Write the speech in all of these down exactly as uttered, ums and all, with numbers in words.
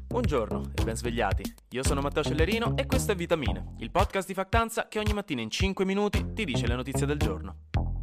Buongiorno e ben svegliati, io sono Matteo Cellerino e questo è Vitamine, il podcast di Factanza che ogni mattina in cinque minuti ti dice le notizie del giorno.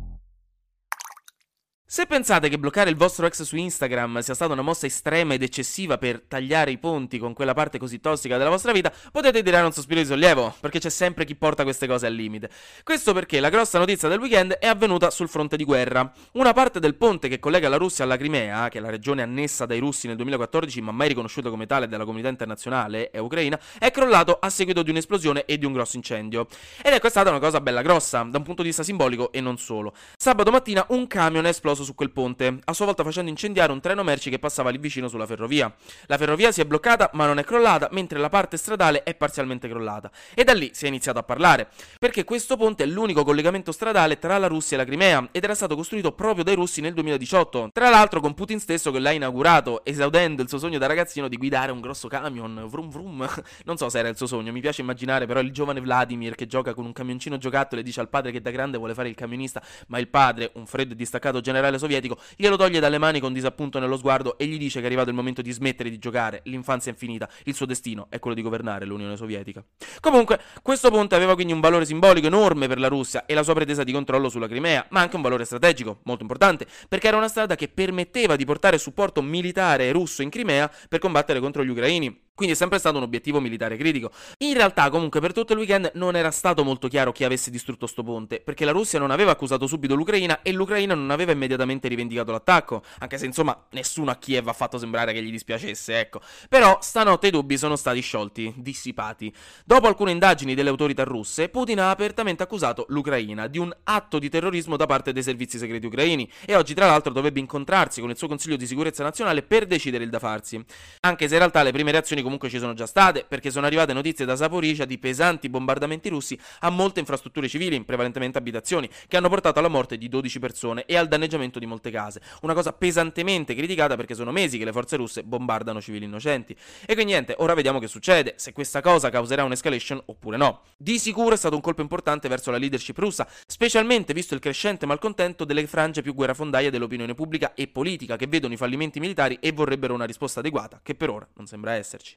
Se pensate che bloccare il vostro ex su Instagram sia stata una mossa estrema ed eccessiva per tagliare i ponti con quella parte così tossica della vostra vita, potete tirare un sospiro di sollievo, perché c'è sempre chi porta queste cose al limite. Questo perché la grossa notizia del weekend è avvenuta sul fronte di guerra. Una parte del ponte che collega la Russia alla Crimea, che è la regione annessa dai russi nel duemilaquattordici ma mai riconosciuta come tale dalla comunità internazionale e ucraina, è crollato a seguito di un'esplosione e di un grosso incendio. Ed ecco, è stata una cosa bella grossa, da un punto di vista simbolico e non solo. Sabato mattina un camion è esploso su quel ponte, a sua volta facendo incendiare un treno merci che passava lì vicino sulla ferrovia. La ferrovia si è bloccata ma non è crollata, mentre la parte stradale è parzialmente crollata. E da lì si è iniziato a parlare, perché questo ponte è l'unico collegamento stradale tra la Russia e la Crimea ed era stato costruito proprio dai russi nel duemiladiciotto, tra l'altro con Putin stesso che l'ha inaugurato, esaudendo il suo sogno da ragazzino di guidare un grosso camion, vrum vrum. Non so se era il suo sogno, mi piace immaginare però il giovane Vladimir che gioca con un camioncino giocattolo e dice al padre che da grande vuole fare il camionista, ma il padre, un freddo e distaccato generale sovietico, glielo toglie dalle mani con disappunto nello sguardo e gli dice che è arrivato il momento di smettere di giocare, l'infanzia è finita, il suo destino è quello di governare l'Unione Sovietica. Comunque, questo ponte aveva quindi un valore simbolico enorme per la Russia e la sua pretesa di controllo sulla Crimea, ma anche un valore strategico molto importante, perché era una strada che permetteva di portare supporto militare russo in Crimea per combattere contro gli ucraini. Quindi è sempre stato un obiettivo militare critico. In realtà, comunque, per tutto il weekend non era stato molto chiaro chi avesse distrutto sto ponte, perché la Russia non aveva accusato subito l'Ucraina e l'Ucraina non aveva immediatamente rivendicato l'attacco, anche se insomma nessuno a Kiev ha fatto sembrare che gli dispiacesse, ecco. Però stanotte i dubbi sono stati sciolti, dissipati. Dopo alcune indagini delle autorità russe, Putin ha apertamente accusato l'Ucraina di un atto di terrorismo da parte dei servizi segreti ucraini e oggi tra l'altro dovrebbe incontrarsi con il suo Consiglio di Sicurezza Nazionale per decidere il da farsi. Anche se in realtà le prime reazioni comunque ci sono già state, perché sono arrivate notizie da Zaporizhzhia di pesanti bombardamenti russi a molte infrastrutture civili, prevalentemente abitazioni, che hanno portato alla morte di dodici persone e al danneggiamento di molte case. Una cosa pesantemente criticata perché sono mesi che le forze russe bombardano civili innocenti. E quindi niente, ora vediamo che succede, se questa cosa causerà un'escalation oppure no. Di sicuro è stato un colpo importante verso la leadership russa, specialmente visto il crescente malcontento delle frange più guerrafondaie dell'opinione pubblica e politica, che vedono i fallimenti militari e vorrebbero una risposta adeguata, che per ora non sembra esserci.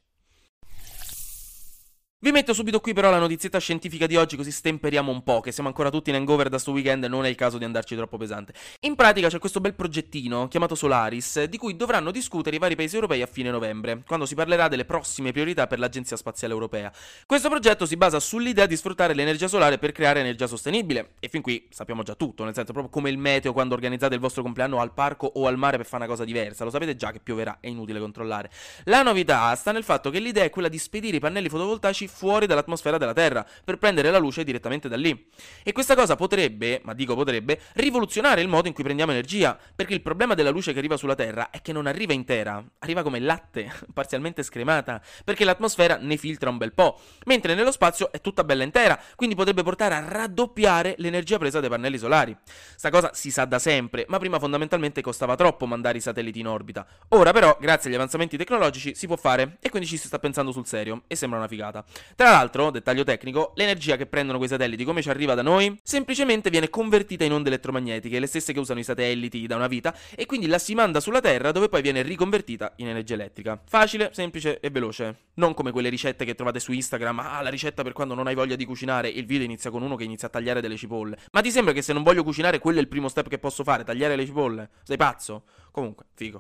Vi metto subito qui però la notizietta scientifica di oggi, così stemperiamo un po', che siamo ancora tutti in hangover da sto weekend e non è il caso di andarci troppo pesante. In pratica c'è questo bel progettino chiamato Solaris, di cui dovranno discutere i vari paesi europei a fine novembre, quando si parlerà delle prossime priorità per l'Agenzia Spaziale Europea. Questo progetto si basa sull'idea di sfruttare l'energia solare per creare energia sostenibile, e fin qui sappiamo già tutto, nel senso proprio come il meteo quando organizzate il vostro compleanno al parco o al mare per fare una cosa diversa, lo sapete già che pioverà, è inutile controllare. La novità sta nel fatto che l'idea è quella di spedire i pannelli fotovoltaici fuori dall'atmosfera della Terra per prendere la luce direttamente da lì. E questa cosa potrebbe, ma dico potrebbe, rivoluzionare il modo in cui prendiamo energia, perché il problema della luce che arriva sulla Terra è che non arriva intera, arriva come latte, parzialmente scremata, perché l'atmosfera ne filtra un bel po', mentre nello spazio è tutta bella intera, quindi potrebbe portare a raddoppiare l'energia presa dai pannelli solari. Sta cosa si sa da sempre, ma prima fondamentalmente costava troppo mandare i satelliti in orbita. Ora però, grazie agli avanzamenti tecnologici, si può fare, e quindi ci si sta pensando sul serio, e sembra una figata. Tra l'altro, dettaglio tecnico, l'energia che prendono quei satelliti come ci arriva da noi, semplicemente viene convertita in onde elettromagnetiche, le stesse che usano i satelliti da una vita, e quindi la si manda sulla Terra dove poi viene riconvertita in energia elettrica. Facile, semplice e veloce. Non come quelle ricette che trovate su Instagram, ah, la ricetta per quando non hai voglia di cucinare, il video inizia con uno che inizia a tagliare delle cipolle. Ma ti sembra che se non voglio cucinare quello è il primo step che posso fare, tagliare le cipolle? Sei pazzo? Comunque, figo.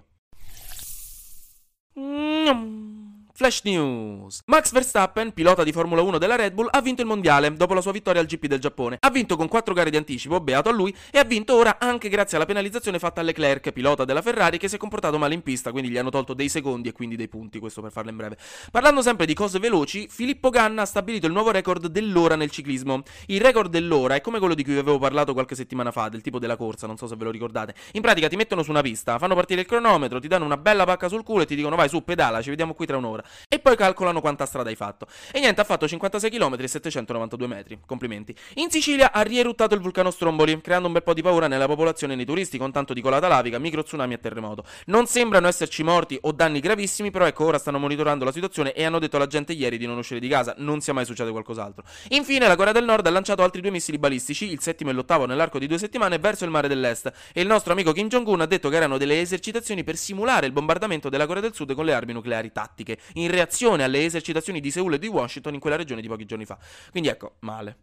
Mm. Flash News. Max Verstappen, pilota di Formula uno della Red Bull, ha vinto il mondiale dopo la sua vittoria al G P del Giappone. Ha vinto con quattro gare di anticipo, beato a lui, e ha vinto ora anche grazie alla penalizzazione fatta a Leclerc, pilota della Ferrari, che si è comportato male in pista, quindi gli hanno tolto dei secondi e quindi dei punti, questo per farla in breve. Parlando sempre di cose veloci, Filippo Ganna ha stabilito il nuovo record dell'ora nel ciclismo. Il record dell'ora è come quello di cui vi avevo parlato qualche settimana fa, del tipo della corsa, non so se ve lo ricordate. In pratica ti mettono su una pista, fanno partire il cronometro, ti danno una bella pacca sul culo e ti dicono vai su, pedala, ci vediamo qui tra un'ora. E poi calcolano quanta strada hai fatto. E niente, ha fatto cinquantasei chilometri e settecentonovantadue metri. Complimenti. In Sicilia ha rieruttato il vulcano Stromboli, creando un bel po' di paura nella popolazione e nei turisti, con tanto di colata lavica, micro tsunami e terremoto. Non sembrano esserci morti o danni gravissimi, però ecco, ora stanno monitorando la situazione e hanno detto alla gente ieri di non uscire di casa, non sia mai succede qualcos'altro. Infine, la Corea del Nord ha lanciato altri due missili balistici, il settimo e l'ottavo nell'arco di due settimane, verso il mare dell'Est, e il nostro amico Kim Jong-un ha detto che erano delle esercitazioni per simulare il bombardamento della Corea del Sud con le armi nucleari tattiche. in reazione alle esercitazioni di Seul e di Washington in quella regione di pochi giorni fa. Quindi ecco, male.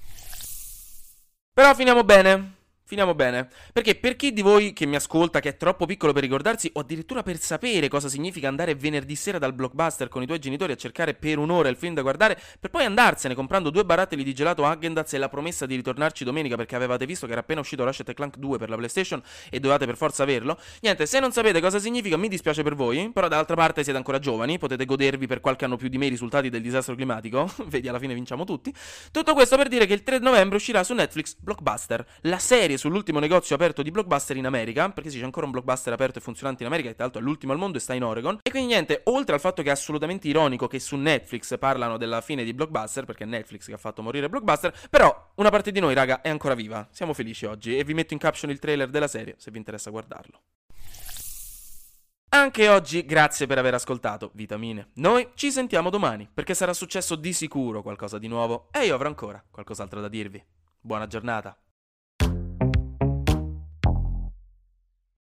Però finiamo bene. Finiamo bene, perché per chi di voi che mi ascolta che è troppo piccolo per ricordarsi o addirittura per sapere cosa significa andare venerdì sera dal Blockbuster con i tuoi genitori a cercare per un'ora il film da guardare per poi andarsene comprando due barattoli di gelato Häagen-Dazs e la promessa di ritornarci domenica perché avevate visto che era appena uscito Ratchet and Clank due per la PlayStation e dovevate per forza averlo, niente, se non sapete cosa significa mi dispiace per voi, però dall'altra parte siete ancora giovani, potete godervi per qualche anno più di me i risultati del disastro climatico, vedi alla fine vinciamo tutti. Tutto questo per dire che il tre novembre uscirà su Netflix Blockbuster, la serie sull'ultimo negozio aperto di Blockbuster in America, perché sì, c'è ancora un Blockbuster aperto e funzionante in America, che tra l'altro è l'ultimo al mondo e sta in Oregon. E quindi niente, oltre al fatto che è assolutamente ironico che su Netflix parlano della fine di Blockbuster, perché è Netflix che ha fatto morire Blockbuster, però una parte di noi, raga, è ancora viva. Siamo felici oggi e vi metto in caption il trailer della serie se vi interessa guardarlo. Anche oggi grazie per aver ascoltato Vitamine. Noi ci sentiamo domani, perché sarà successo di sicuro qualcosa di nuovo e io avrò ancora qualcos'altro da dirvi. Buona giornata.